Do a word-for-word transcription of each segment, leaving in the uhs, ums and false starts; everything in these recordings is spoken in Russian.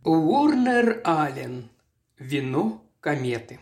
Уорнер Аллен. Вино кометы.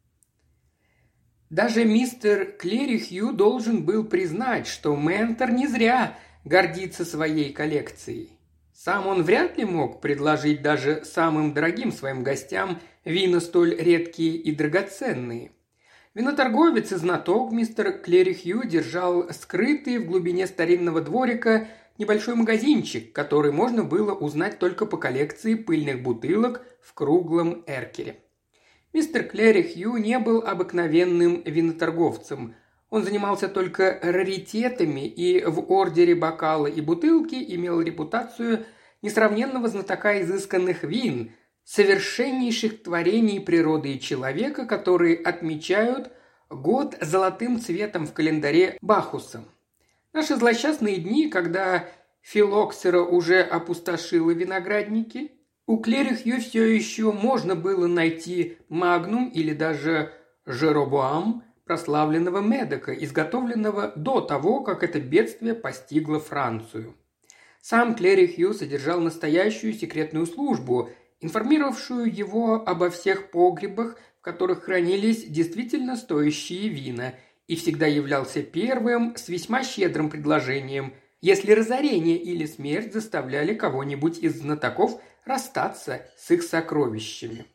Даже мистер Клерихью должен был признать, что Ментор не зря гордится своей коллекцией. Сам он вряд ли мог предложить даже самым дорогим своим гостям вина столь редкие и драгоценные. Виноторговец и знаток мистер Клерихью держал скрытый в глубине старинного дворика небольшой магазинчик, который можно было узнать только по коллекции пыльных бутылок в круглом эркере. Мистер Клерихью не был обыкновенным виноторговцем. Он занимался только раритетами и в ордере бокала и бутылки имел репутацию несравненного знатока изысканных вин, совершеннейших творений природы и человека, которые отмечают год золотым цветом в календаре Бахуса. Наши злосчастные дни, когда филоксера уже опустошила виноградники, у Клерихью все еще можно было найти магнум или даже жеробоам прославленного Медока, изготовленного до того, как это бедствие постигло Францию. Сам Клерихью содержал настоящую секретную службу, информировавшую его обо всех погребах, в которых хранились действительно стоящие вина, и всегда являлся первым с весьма щедрым предложением, если разорение или смерть заставляли кого-нибудь из знатоков расстаться с их сокровищами.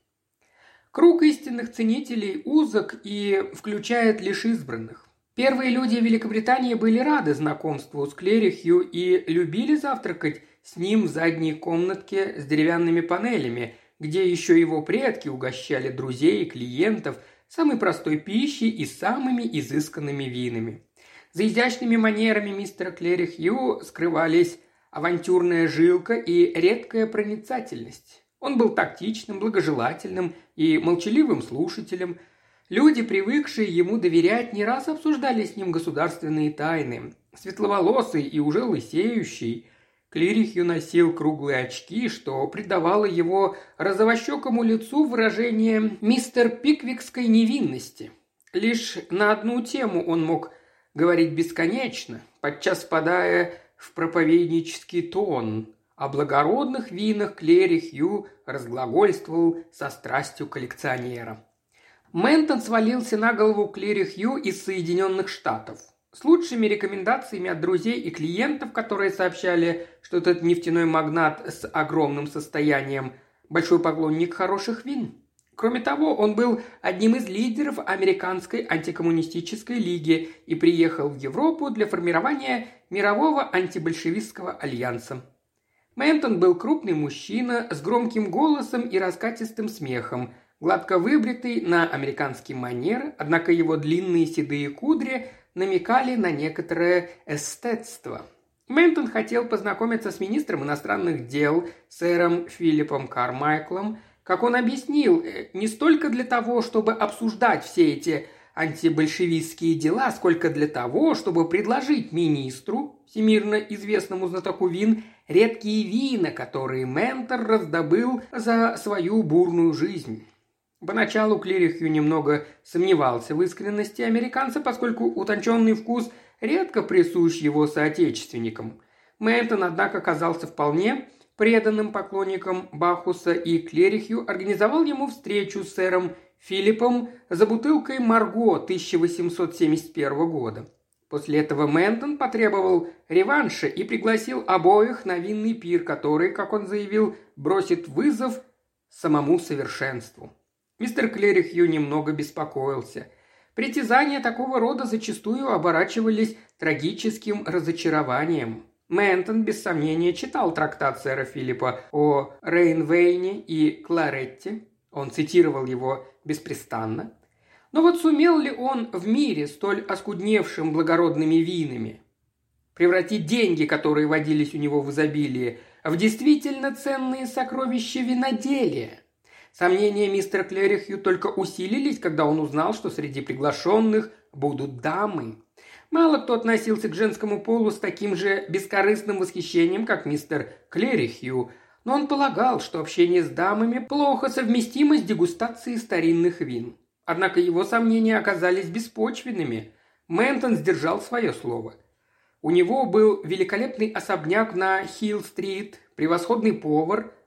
Круг истинных ценителей узок и включает лишь избранных. Первые люди Великобритании были рады знакомству с Клерихью и любили завтракать с ним в задней комнатке с деревянными панелями, где еще его предки угощали друзей и клиентов самой простой пищей и самыми изысканными винами. За изящными манерами мистера Клерихью скрывались авантюрная жилка и редкая проницательность. Он был тактичным, благожелательным и молчаливым слушателем. Люди, привыкшие ему доверять, не раз обсуждали с ним государственные тайны. Светловолосый и уже лысеющий, Клерихью носил круглые очки, что придавало его розовощекому лицу выражение мистер Пиквикской невинности. Лишь на одну тему он мог говорить бесконечно, подчас впадая в проповеднический тон. О благородных винах Клерихью разглагольствовал со страстью коллекционера. Ментон свалился на голову Клерихью из Соединенных Штатов. С лучшими рекомендациями от друзей и клиентов, которые сообщали, что этот нефтяной магнат с огромным состоянием – большой поклонник хороших вин. Кроме того, он был одним из лидеров Американской антикоммунистической лиги и приехал в Европу для формирования мирового антибольшевистского альянса. Ментон был крупный мужчина с громким голосом и раскатистым смехом, гладко выбритый на американский манер, однако его длинные седые кудри намекали на некоторое эстетство. Ментон хотел познакомиться с министром иностранных дел сэром Филиппом Кармайклом, как он объяснил, не столько для того, чтобы обсуждать все эти антибольшевистские дела, сколько для того, чтобы предложить министру, всемирно известному знатоку вин, редкие вина, которые Ментор раздобыл за свою бурную жизнь. Поначалу Клерихью немного сомневался в искренности американца, поскольку утонченный вкус редко присущ его соотечественникам. Ментон, однако, оказался вполне преданным поклонником Бахуса, и Клерихью организовал ему встречу с сэром Филиппом за бутылкой Марго тысяча восемьсот семьдесят первого года. После этого Ментон потребовал реванша и пригласил обоих на винный пир, который, как он заявил, бросит вызов самому совершенству. Мистер Клерихью немного беспокоился. Притязания такого рода зачастую оборачивались трагическим разочарованием. Ментон, без сомнения, читал трактат сэра Филиппа о Рейнвейне и Кларетте. Он цитировал его беспрестанно. Но вот сумел ли он в мире, столь оскудневшим благородными винами, превратить деньги, которые водились у него в изобилии, в действительно ценные сокровища виноделия? Сомнения мистера Клерихью только усилились, когда он узнал, что среди приглашенных будут дамы. Мало кто относился к женскому полу с таким же бескорыстным восхищением, как мистер Клерихью, но он полагал, что общение с дамами плохо совместимо с дегустацией старинных вин. Однако его сомнения оказались беспочвенными. Ментон сдержал свое слово. У него был великолепный особняк на Хилл-стрит, превосходный повар,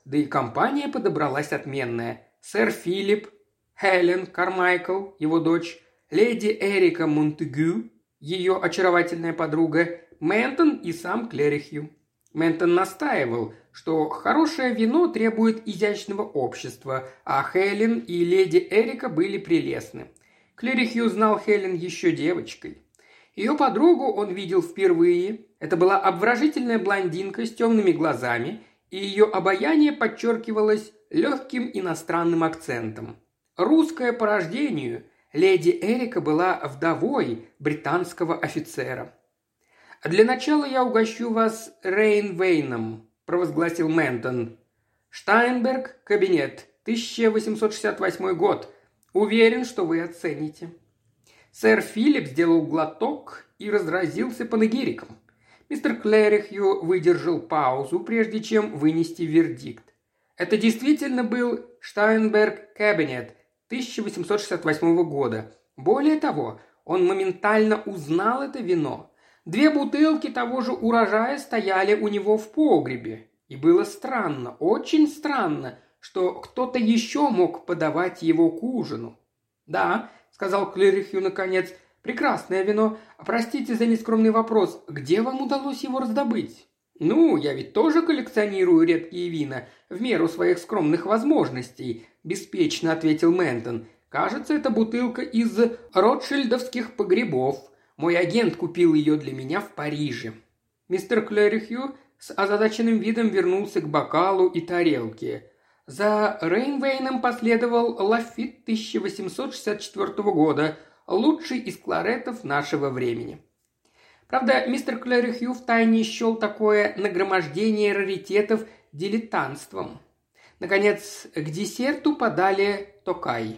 да и компания подобралась отменная. Сэр Филипп, Хелен Кармайкл, его дочь, леди Эрика Монтегю, ее очаровательная подруга, Ментон и сам Клэрихью. Ментон настаивал, что хорошее вино требует изящного общества, а Хелен и леди Эрика были прелестны. Клэрихью знал Хелен еще девочкой. Ее подругу он видел впервые. Это была обворожительная блондинка с темными глазами, и ее обаяние подчеркивалось легким иностранным акцентом. Русская по рождению, леди Эрика была вдовой британского офицера. «Для начала я угощу вас Рейнвейном», – провозгласил Ментон. «Штайнберг, кабинет, тысяча восемьсот шестьдесят восьмой год. Уверен, что вы оцените». Сэр Филипп сделал глоток и разразился панегириком. Мистер Клэрихью выдержал паузу, прежде чем вынести вердикт. Это действительно был Штайнберг кабинет тысяча восемьсот шестьдесят восьмого года. Более того, он моментально узнал это вино. Две бутылки того же урожая стояли у него в погребе. И было странно, очень странно, что кто-то еще мог подавать его к ужину. «Да», — сказал Клэрихью наконец, — «прекрасное вино. Простите за нескромный вопрос, где вам удалось его раздобыть?» «Ну, я ведь тоже коллекционирую редкие вина, в меру своих скромных возможностей», – беспечно ответил Ментон. «Кажется, это бутылка из ротшильдовских погребов. Мой агент купил ее для меня в Париже». Мистер Клэрихью с озадаченным видом вернулся к бокалу и тарелке. За Рейнвейном последовал Лафит тысяча восемьсот шестьдесят четвёртого года, лучший из кларетов нашего времени. Правда, мистер Клэрихью втайне счел такое нагромождение раритетов дилетантством. Наконец, к десерту подали токай.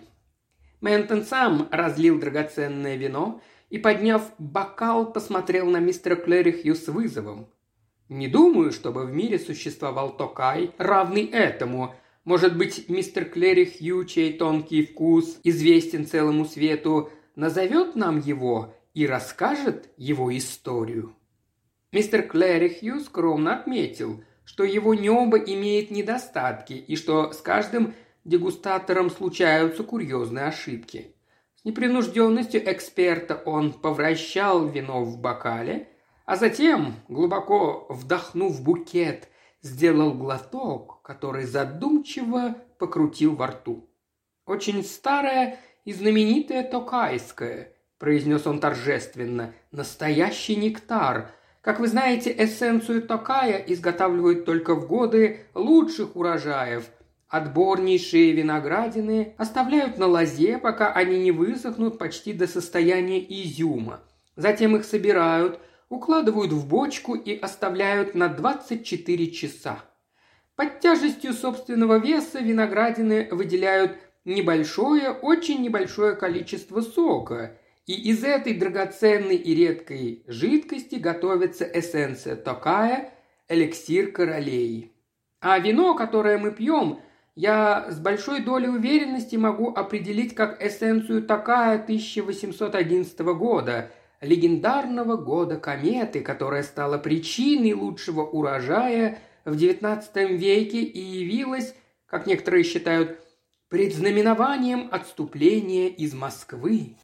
Ментон сам разлил драгоценное вино и, подняв бокал, посмотрел на мистера Клэрихью с вызовом. «Не думаю, чтобы в мире существовал токай, равный этому. Может быть, мистер Клэрихью, чей тонкий вкус известен целому свету, назовет нам его и расскажет его историю». Мистер Клэрихью скромно отметил, что его небо имеет недостатки и что с каждым дегустатором случаются курьезные ошибки. С непринужденностью эксперта он повращал вино в бокале, а затем, глубоко вдохнув букет, сделал глоток, который задумчиво покрутил во рту. «Очень старое и знаменитое токайское», – произнес он торжественно, – «настоящий нектар. Как вы знаете, эссенцию токая изготавливают только в годы лучших урожаев. Отборнейшие виноградины оставляют на лозе, пока они не высохнут почти до состояния изюма. Затем их собирают, укладывают в бочку и оставляют на двадцать четыре часа. Под тяжестью собственного веса виноградины выделяют небольшое, очень небольшое количество сока, и из этой драгоценной и редкой жидкости готовится эссенция токая, эликсир королей. А вино, которое мы пьем, я с большой долей уверенности могу определить как эссенцию токая тысяча восемьсот одиннадцатого года, легендарного года кометы, которая стала причиной лучшего урожая в девятнадцатом веке и явилась, как некоторые считают, предзнаменованием отступления из Москвы.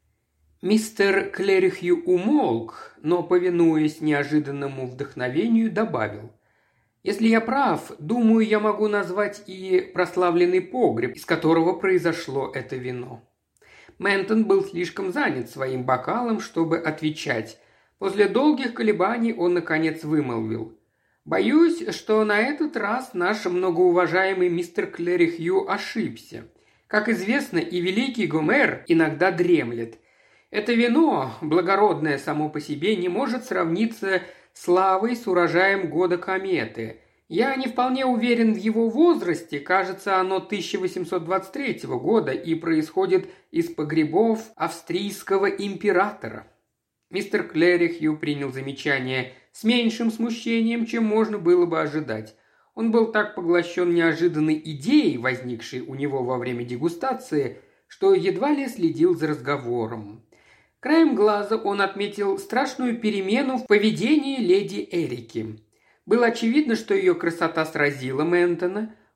Мистер Клэрихью умолк, но, повинуясь неожиданному вдохновению, добавил: «Если я прав, думаю, я могу назвать и прославленный погреб, из которого произошло это вино». Ментон был слишком занят своим бокалом, чтобы отвечать. После долгих колебаний он, наконец, вымолвил: «Боюсь, что на этот раз наш многоуважаемый мистер Клэрихью ошибся. Как известно, и великий Гомер иногда дремлет. Это вино, благородное само по себе, не может сравниться славой с урожаем года кометы. Я не вполне уверен в его возрасте, кажется, оно тысяча восемьсот двадцать третьего года и происходит из погребов австрийского императора». Мистер Клэрихью принял замечание с меньшим смущением, чем можно было бы ожидать. Он был так поглощен неожиданной идеей, возникшей у него во время дегустации, что едва ли следил за разговором. Краем глаза он отметил страшную перемену в поведении леди Эрики. Было очевидно, что ее красота сразила Ментона.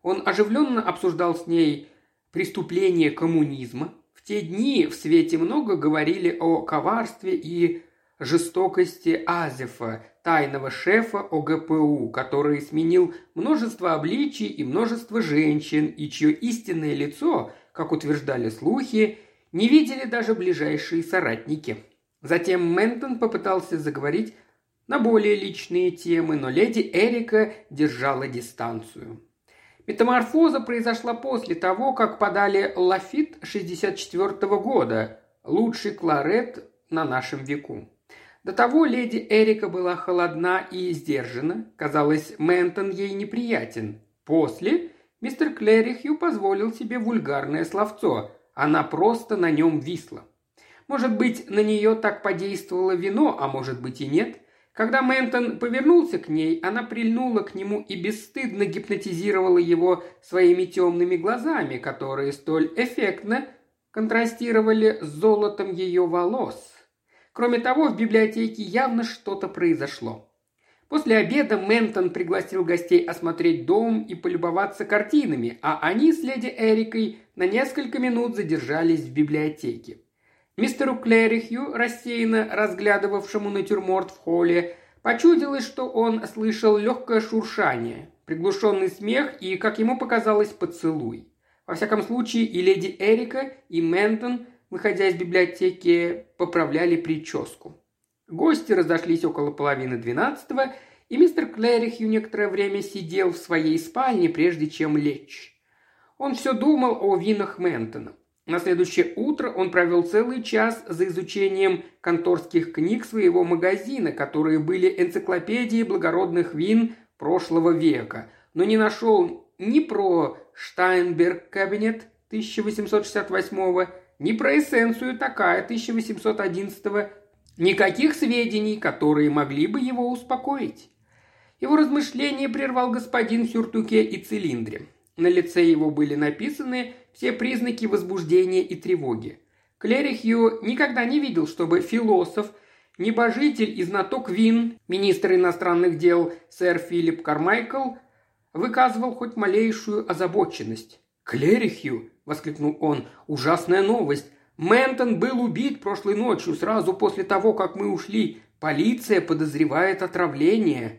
Он оживленно обсуждал с ней преступления коммунизма. В те дни в свете много говорили о коварстве и жестокости Азефа, тайного шефа о гэ пэ у, который сменил множество обличий и множество женщин, и чье истинное лицо, как утверждали слухи, не видели даже ближайшие соратники. Затем Ментон попытался заговорить на более личные темы, но леди Эрика держала дистанцию. Метаморфоза произошла после того, как подали Лафит шестьдесят четвёртого года, лучший кларет на нашем веку. До того леди Эрика была холодна и сдержана, казалось, Ментон ей неприятен. После мистер Клэрихью позволил себе вульгарное словцо, она просто на нем висла. Может быть, на нее так подействовало вино, а может быть и нет. Когда Ментон повернулся к ней, она прильнула к нему и бесстыдно гипнотизировала его своими темными глазами, которые столь эффектно контрастировали с золотом ее волос. Кроме того, в библиотеке явно что-то произошло. После обеда Ментон пригласил гостей осмотреть дом и полюбоваться картинами, а они с леди Эрикой на несколько минут задержались в библиотеке. Мистеру Клэрихью, рассеянно разглядывавшему натюрморт в холле, почудилось, что он слышал легкое шуршание, приглушенный смех и, как ему показалось, поцелуй. Во всяком случае, и леди Эрика, и Ментон, выходя из библиотеки, поправляли прическу. Гости разошлись около половины двенадцатого, и мистер Клэрихью некоторое время сидел в своей спальне, прежде чем лечь. Он все думал о винах Ментона. На следующее утро он провел целый час за изучением конторских книг своего магазина, которые были энциклопедией благородных вин прошлого века, но не нашел ни про Штайнберг-кабинет тысяча восемьсот шестьдесят восьмого, ни про эссенцию такая тысяча восемьсот одиннадцатого, никаких сведений, которые могли бы его успокоить. Его размышления прервал господин в сюртуке и цилиндре. На лице его были написаны все признаки возбуждения и тревоги. Клэрихью никогда не видел, чтобы философ, небожитель и знаток вин, министр иностранных дел сэр Филипп Кармайкл, выказывал хоть малейшую озабоченность. «Клэрихью!» – воскликнул он. «Ужасная новость! Ментон был убит прошлой ночью, сразу после того, как мы ушли. Полиция подозревает отравление».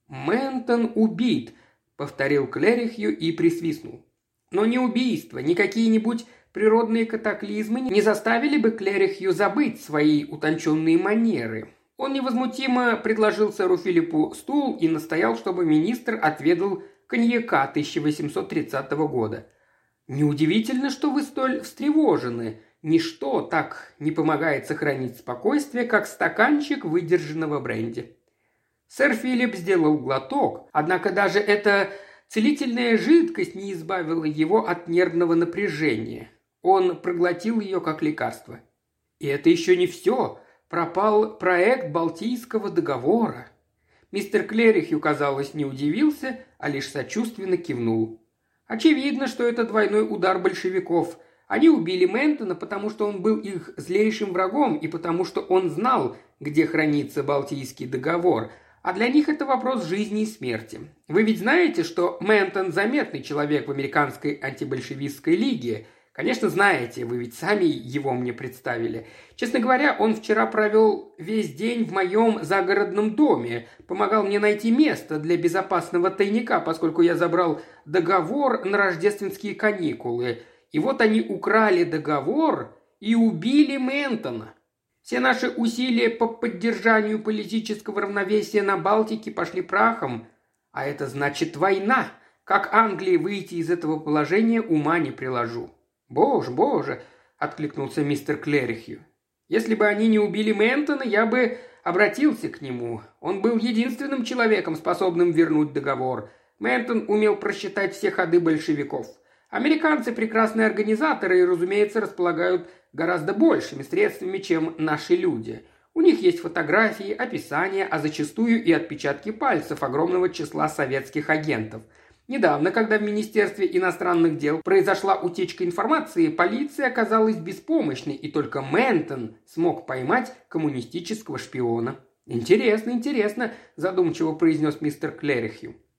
«Ментон убит!» – повторил Клэрихью и присвистнул. Но не убийство, ни какие-нибудь природные катаклизмы не заставили бы Клэрихью забыть свои утонченные манеры. Он невозмутимо предложил сэру Филиппу стул и настоял, чтобы министр отведал коньяка тысяча восемьсот тридцатого года. «Неудивительно, что вы столь встревожены. Ничто так не помогает сохранить спокойствие, как стаканчик выдержанного бренди». Сэр Филипп сделал глоток, однако даже эта целительная жидкость не избавила его от нервного напряжения. Он проглотил ее как лекарство. И это еще не все. Пропал проект Балтийского договора. Мистер Клэрихью, казалось, не удивился, а лишь сочувственно кивнул. Очевидно, что это двойной удар большевиков. Они убили Ментона, потому что он был их злейшим врагом и потому что он знал, где хранится Балтийский договор. А для них это вопрос жизни и смерти. Вы ведь знаете, что Ментон заметный человек в американской антибольшевистской лиге? Конечно, знаете, вы ведь сами его мне представили. Честно говоря, он вчера провел весь день в моем загородном доме, помогал мне найти место для безопасного тайника, поскольку я забрал договор на рождественские каникулы. И вот они украли договор и убили Ментона. Все наши усилия по поддержанию политического равновесия на Балтике пошли прахом. А это значит война. Как Англии выйти из этого положения, ума не приложу. «Боже, боже!» – откликнулся мистер Клэрихью. «Если бы они не убили Ментона, я бы обратился к нему. Он был единственным человеком, способным вернуть договор. Ментон умел просчитать все ходы большевиков. Американцы – прекрасные организаторы и, разумеется, располагают гораздо большими средствами, чем наши люди. У них есть фотографии, описания, а зачастую и отпечатки пальцев огромного числа советских агентов. Недавно, когда в Министерстве иностранных дел произошла утечка информации, полиция оказалась беспомощной, и только Ментон смог поймать коммунистического шпиона». «Интересно, интересно», – задумчиво произнес мистер Клэрихью.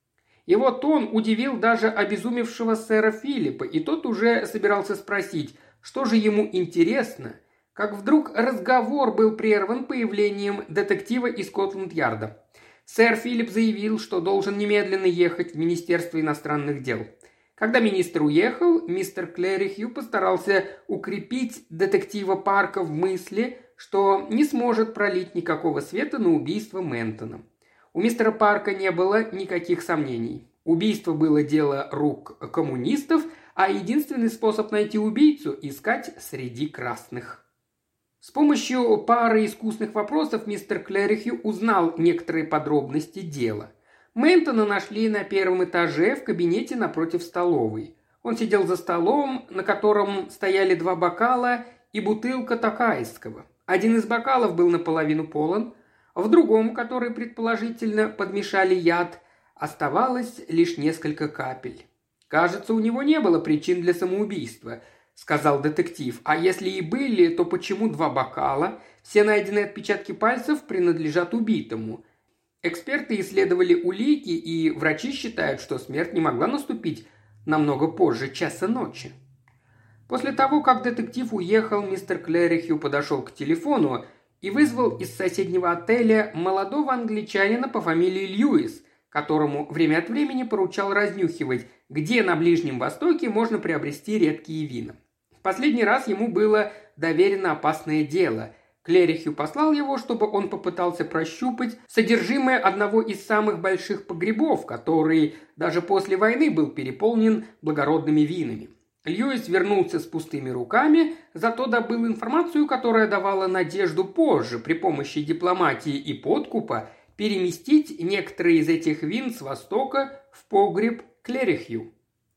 Его тон удивил даже обезумевшего сэра Филиппа, и тот уже собирался спросить, что же ему интересно, как вдруг разговор был прерван появлением детектива из Скотланд-Ярда. Сэр Филипп заявил, что должен немедленно ехать в Министерство иностранных дел. Когда министр уехал, мистер Клэрихью постарался укрепить детектива Парка в мысли, что не сможет пролить никакого света на убийство Ментона. У мистера Парка не было никаких сомнений. Убийство было дело рук коммунистов, а единственный способ найти убийцу – искать среди красных. С помощью пары искусных вопросов мистер Клэрихью узнал некоторые подробности дела. Ментона нашли на первом этаже в кабинете напротив столовой. Он сидел за столом, на котором стояли два бокала и бутылка токайского. Один из бокалов был наполовину полон, в другом, который предположительно подмешали яд, оставалось лишь несколько капель. «Кажется, у него не было причин для самоубийства», – сказал детектив. «А если и были, то почему два бокала? Все найденные отпечатки пальцев принадлежат убитому. Эксперты исследовали улики, и врачи считают, что смерть не могла наступить намного позже часа ночи». После того, как детектив уехал, мистер Клэрихью подошел к телефону и вызвал из соседнего отеля молодого англичанина по фамилии Льюис, которому время от времени поручал разнюхивать, где на Ближнем Востоке можно приобрести редкие вина. В последний раз ему было доверено опасное дело. Клэрихью послал его, чтобы он попытался прощупать содержимое одного из самых больших погребов, который даже после войны был переполнен благородными винами. Льюис вернулся с пустыми руками, зато добыл информацию, которая давала надежду позже при помощи дипломатии и подкупа переместить некоторые из этих вин с востока в погреб Клэрихью.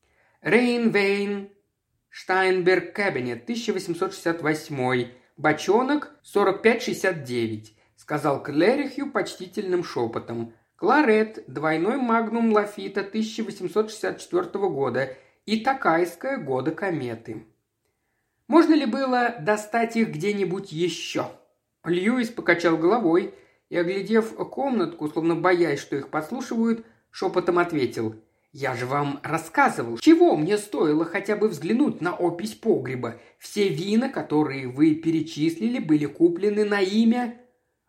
Рейн Вейн Штайнберг Кабинет, тысяча восемьсот шестьдесят восемь, бочонок сорок пять шестьдесят девять, сказал Клэрихью почтительным шепотом. Кларет, двойной магнум Лафита тысяча восемьсот шестьдесят четвёртого года и Токайская года кометы. Можно ли было достать их где-нибудь еще? Льюис покачал головой и, оглядев комнатку, словно боясь, что их подслушивают, шепотом ответил: «Я же вам рассказывал, чего мне стоило хотя бы взглянуть на опись погреба. Все вина, которые вы перечислили, были куплены на имя...»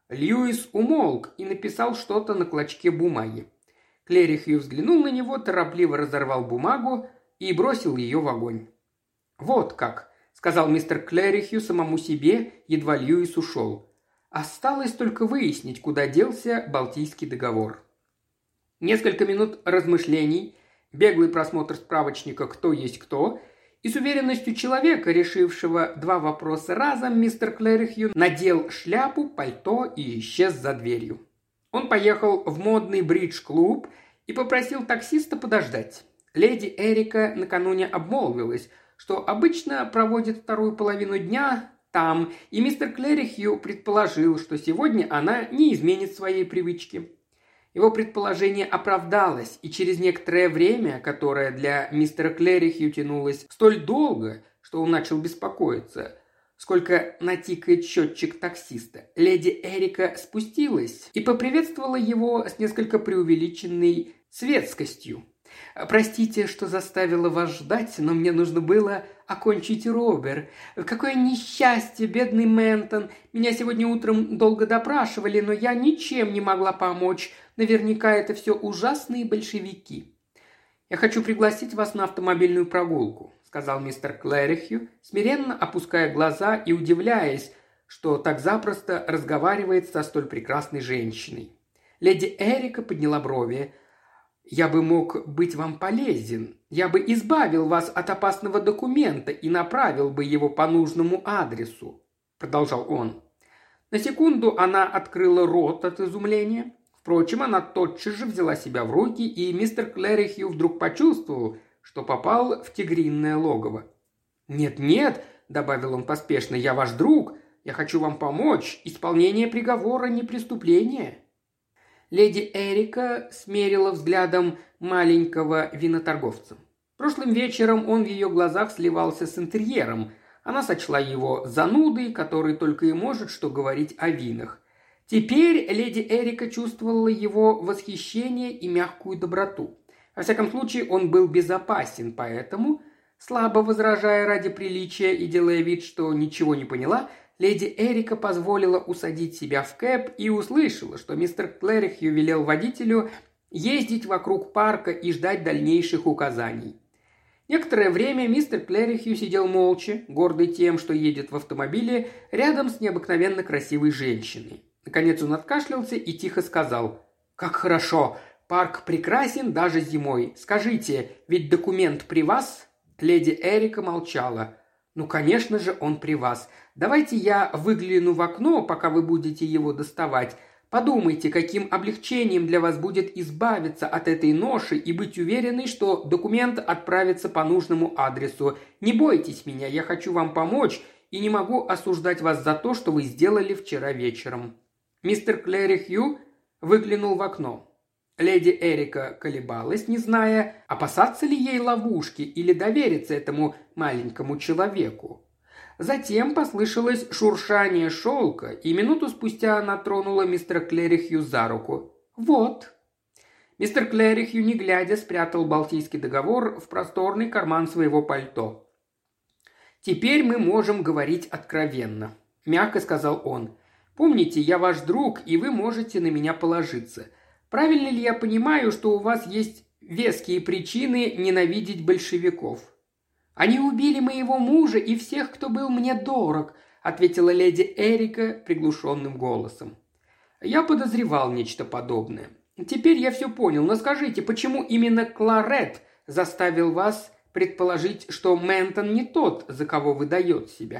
Льюис умолк и написал что-то на клочке бумаги. Клэрихью взглянул на него, торопливо разорвал бумагу и бросил ее в огонь. «Вот как», — сказал мистер Клэрихью самому себе, едва Льюис ушел. «Осталось только выяснить, куда делся Балтийский договор». Несколько минут размышлений, беглый просмотр справочника «Кто есть кто», и с уверенностью человека, решившего два вопроса разом, мистер Клэрихью надел шляпу, пальто и исчез за дверью. Он поехал в модный бридж-клуб и попросил таксиста подождать. Леди Эрика накануне обмолвилась, что обычно проводит вторую половину дня там, и мистер Клэрихью предположил, что сегодня она не изменит своей привычки. Его предположение оправдалось, и через некоторое время, которое для мистера Клэрихью тянулось столь долго, что он начал беспокоиться, сколько натикает счетчик таксиста, леди Эрика спустилась и поприветствовала его с несколько преувеличенной светскостью. «Простите, что заставила вас ждать, но мне нужно было окончить Робер. Какое несчастье, бедный Ментон. Меня сегодня утром долго допрашивали, но я ничем не могла помочь. Наверняка это все ужасные большевики». «Я хочу пригласить вас на автомобильную прогулку», — сказал мистер Клэрихью, смиренно опуская глаза и удивляясь, что так запросто разговаривает со столь прекрасной женщиной. Леди Эрика подняла брови. «Я бы мог быть вам полезен. Я бы избавил вас от опасного документа и направил бы его по нужному адресу», – продолжал он. На секунду она открыла рот от изумления. Впрочем, она тотчас же взяла себя в руки, и мистер Клэрихью вдруг почувствовал, что попал в тигриное логово. «Нет-нет», – добавил он поспешно, – «я ваш друг. Я хочу вам помочь. Исполнение приговора не преступление». Леди Эрика смерила взглядом маленького виноторговца. Прошлым вечером он в ее глазах сливался с интерьером. Она сочла его занудой, который только и может что говорить о винах. Теперь леди Эрика чувствовала его восхищение и мягкую доброту. Во всяком случае, он был безопасен, поэтому, слабо возражая ради приличия и делая вид, что ничего не поняла, леди Эрика позволила усадить себя в кэб и услышала, что мистер Клэрихью велел водителю ездить вокруг парка и ждать дальнейших указаний. Некоторое время мистер Клэрихью сидел молча, гордый тем, что едет в автомобиле рядом с необыкновенно красивой женщиной. Наконец он откашлялся и тихо сказал: «Как хорошо! Парк прекрасен даже зимой. Скажите, ведь документ при вас?» Леди Эрика молчала. «Ну, конечно же, он при вас. Давайте я выгляну в окно, пока вы будете его доставать. Подумайте, каким облегчением для вас будет избавиться от этой ноши и быть уверенной, что документ отправится по нужному адресу. Не бойтесь меня, я хочу вам помочь и не могу осуждать вас за то, что вы сделали вчера вечером». Мистер Клэрихью выглянул в окно. Леди Эрика колебалась, не зная, опасаться ли ей ловушки или довериться этому маленькому человеку. Затем послышалось шуршание шелка, и минуту спустя она тронула мистера Клэрихью за руку. «Вот». Мистер Клэрихью, не глядя, спрятал Балтийский договор в просторный карман своего пальто. «Теперь мы можем говорить откровенно», – мягко сказал он. «Помните, я ваш друг, и вы можете на меня положиться. Правильно ли я понимаю, что у вас есть веские причины ненавидеть большевиков?» «Они убили моего мужа и всех, кто был мне дорог», – ответила леди Эрика приглушенным голосом. «Я подозревал нечто подобное. Теперь я все понял, но скажите, почему именно Кларет заставил вас предположить, что Ментон не тот, за кого выдает себя?»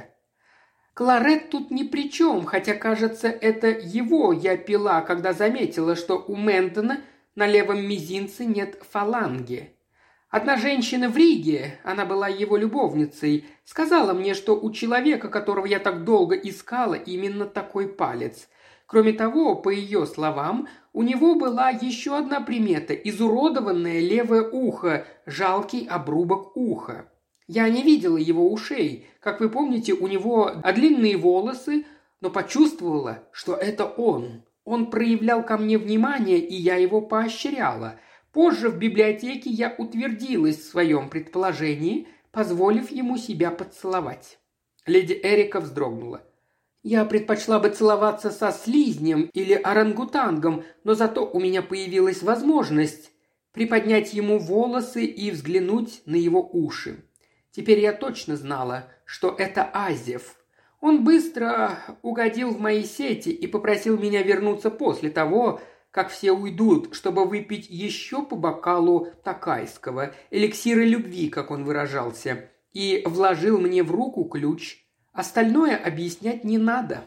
«Кларет тут ни при чем, хотя, кажется, это его я пила, когда заметила, что у Ментона на левом мизинце нет фаланги. Одна женщина в Риге, она была его любовницей, сказала мне, что у человека, которого я так долго искала, именно такой палец. Кроме того, по ее словам, у него была еще одна примета – изуродованное левое ухо, жалкий обрубок уха. Я не видела его ушей. Как вы помните, у него длинные волосы, но почувствовала, что это он. Он проявлял ко мне внимание, и я его поощряла. Позже в библиотеке я утвердилась в своем предположении, позволив ему себя поцеловать». Леди Эрика вздрогнула. «Я предпочла бы целоваться со слизнем или орангутангом, но зато у меня появилась возможность приподнять ему волосы и взглянуть на его уши. Теперь я точно знала, что это Азев. Он быстро угодил в мои сети и попросил меня вернуться после того, как все уйдут, чтобы выпить еще по бокалу такайского, эликсира любви, как он выражался, и вложил мне в руку ключ. Остальное объяснять не надо».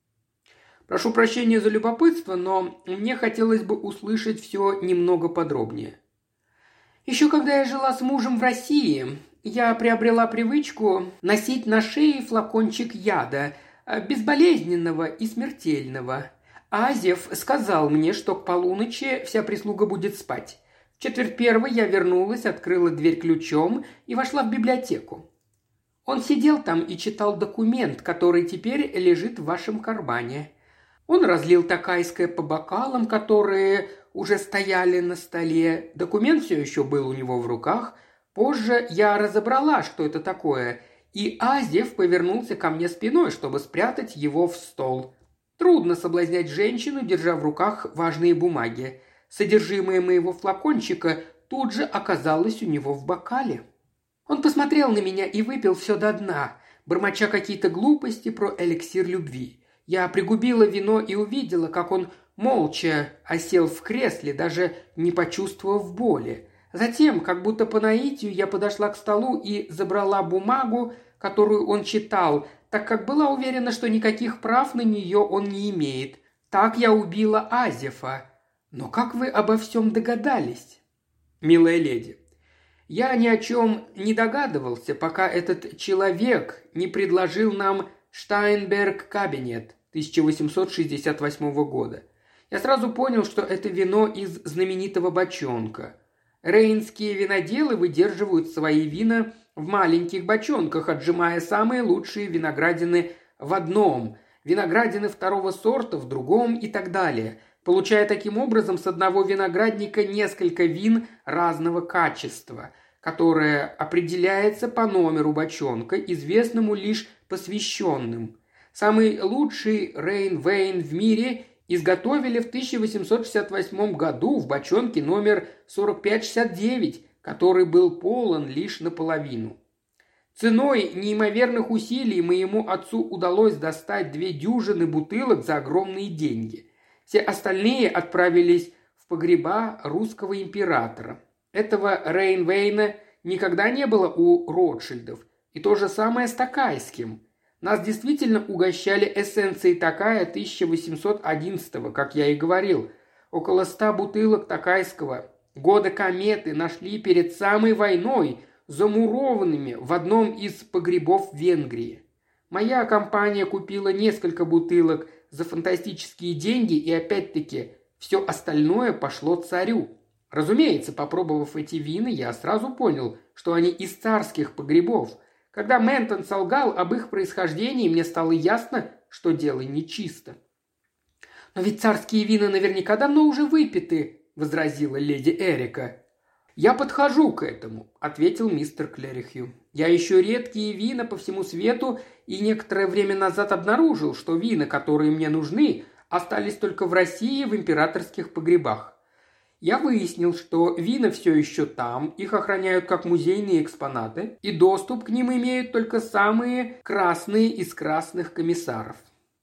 «Прошу прощения за любопытство, но мне хотелось бы услышать все немного подробнее». «Еще когда я жила с мужем в России, я приобрела привычку носить на шее флакончик яда, безболезненного и смертельного. Азев сказал мне, что к полуночи вся прислуга будет спать. В четверть первой я вернулась, открыла дверь ключом и вошла в библиотеку. Он сидел там и читал документ, который теперь лежит в вашем кармане. Он разлил такайское по бокалам, которые уже стояли на столе. Документ все еще был у него в руках. Позже я разобрала, что это такое, и Азев повернулся ко мне спиной, чтобы спрятать его в стол. Трудно соблазнять женщину, держа в руках важные бумаги. Содержимое моего флакончика тут же оказалось у него в бокале. Он посмотрел на меня и выпил все до дна, бормоча какие-то глупости про эликсир любви. Я пригубила вино и увидела, как он молча осел в кресле, даже не почувствовав боли. Затем, как будто по наитию, я подошла к столу и забрала бумагу, которую он читал, так как была уверена, что никаких прав на нее он не имеет. Так я убила Азефа. Но как вы обо всем догадались?» «Милая леди, я ни о чем не догадывался, пока этот человек не предложил нам Штайнберг-кабинет тысяча восемьсот шестьдесят восьмого года. Я сразу понял, что это вино из знаменитого бочонка. Рейнские виноделы выдерживают свои вина в маленьких бочонках, отжимая самые лучшие виноградины в одном, виноградины второго сорта в другом и так далее. получая таким образом с одного виноградника несколько вин разного качества, которое определяется по номеру бочонка, известному лишь посвященным. Самый лучший Рейн-Вейн в мире изготовили в тысяча восемьсот шестьдесят восьмом году в бочонке номер сорок пять шестьдесят девять, который был полон лишь наполовину. Ценой неимоверных усилий моему отцу удалось достать две дюжины бутылок за огромные деньги. Все остальные отправились в погреба русского императора. Этого Рейн-Вейна никогда не было у Ротшильдов. И то же самое с Токайским. Нас действительно угощали эссенцией Токая тысяча восемьсот одиннадцатого, как я и говорил. Около ста бутылок Токайского года кометы нашли перед самой войной, замурованными в одном из погребов Венгрии. Моя компания купила несколько бутылок за фантастические деньги, и опять-таки все остальное пошло царю. Разумеется, попробовав эти вина, я сразу понял, что они из царских погребов. Когда Ментон солгал об их происхождении, мне стало ясно, что дело нечисто. «Но ведь царские вина наверняка давно уже выпиты», – возразила леди Эрика. «Я подхожу к этому», – ответил мистер Клэрихью. «Я ищу редкие вина по всему свету и некоторое время назад обнаружил, что вина, которые мне нужны, остались только в России в императорских погребах. Я выяснил, что вина все еще там, их охраняют как музейные экспонаты, и доступ к ним имеют только самые красные из красных комиссаров.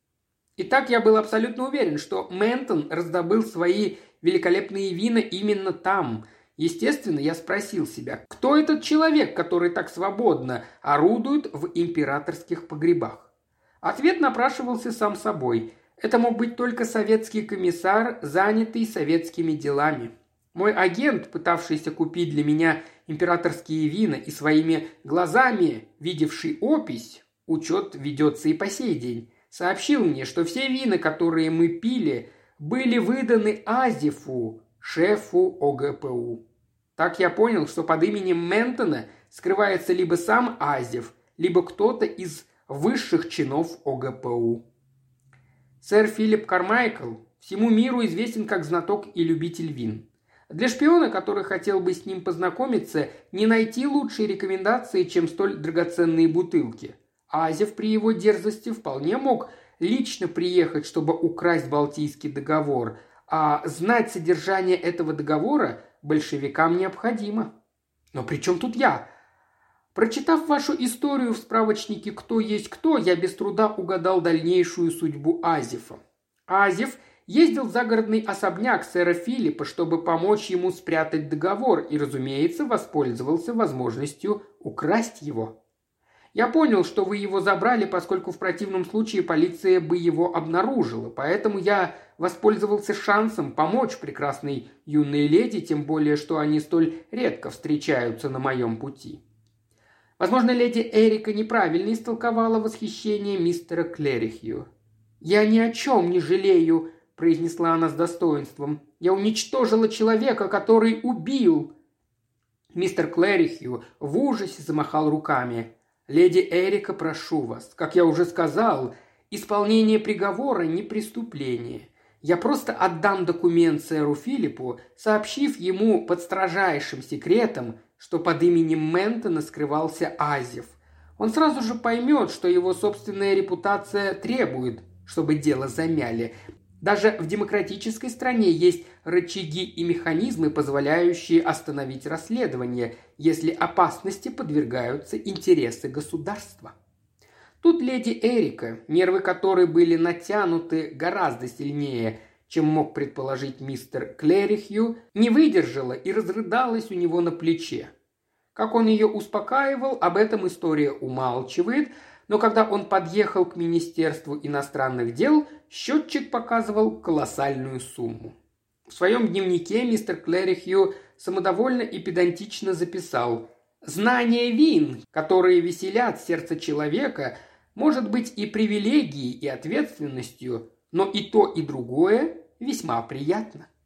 Итак, я был абсолютно уверен, что Ментон раздобыл свои великолепные вина именно там. Естественно, я спросил себя, кто этот человек, который так свободно орудует в императорских погребах? Ответ напрашивался сам собой. Это мог быть только советский комиссар, занятый советскими делами. Мой агент, пытавшийся купить для меня императорские вина и своими глазами видевший опись, учет ведется и по сей день, сообщил мне, что все вина, которые мы пили, были выданы Азефу, шефу О Г П У. Так я понял, что под именем Ментона скрывается либо сам Азеф, либо кто-то из высших чинов О Г П У. Сэр Филипп Кармайкл всему миру известен как знаток и любитель вин. Для шпиона, который хотел бы с ним познакомиться, не найти лучшей рекомендации, чем столь драгоценные бутылки. Азеф при его дерзости вполне мог лично приехать, чтобы украсть Балтийский договор, а знать содержание этого договора большевикам необходимо. Но при чем тут я? Прочитав вашу историю в справочнике «Кто есть кто», я без труда угадал дальнейшую судьбу Азефа. Азеф ездил в загородный особняк сэра Филиппа, чтобы помочь ему спрятать договор и, разумеется, воспользовался возможностью украсть его. Я понял, что вы его забрали, поскольку в противном случае полиция бы его обнаружила, поэтому я воспользовался шансом помочь прекрасной юной леди, тем более, что они столь редко встречаются на моем пути. Возможно, леди Эрика неправильно истолковала восхищение мистера Клэрихью. «Я ни о чем не жалею», – произнесла она с достоинством. «Я уничтожила человека, который убил». Мистер Клэрихью в ужасе замахал руками. «Леди Эрика, прошу вас, как я уже сказал, исполнение приговора не преступление. Я просто отдам документ сэру Филиппу, сообщив ему под строжайшим секретом, что под именем Ментона скрывался Азеф. Он сразу же поймет, что его собственная репутация требует, чтобы дело замяли. Даже в демократической стране есть рычаги и механизмы, позволяющие остановить расследование, если опасности подвергаются интересы государства». Тут леди Эрика, нервы которой были натянуты гораздо сильнее, чем мог предположить мистер Клэрихью, не выдержала и разрыдалась у него на плече. Как он ее успокаивал, об этом история умалчивает, но когда он подъехал к Министерству иностранных дел, счетчик показывал колоссальную сумму. В своем дневнике мистер Клэрихью самодовольно и педантично записал: «Знание вин, которые веселят сердце человека, может быть и привилегией, и ответственностью, но и то, и другое весьма приятно».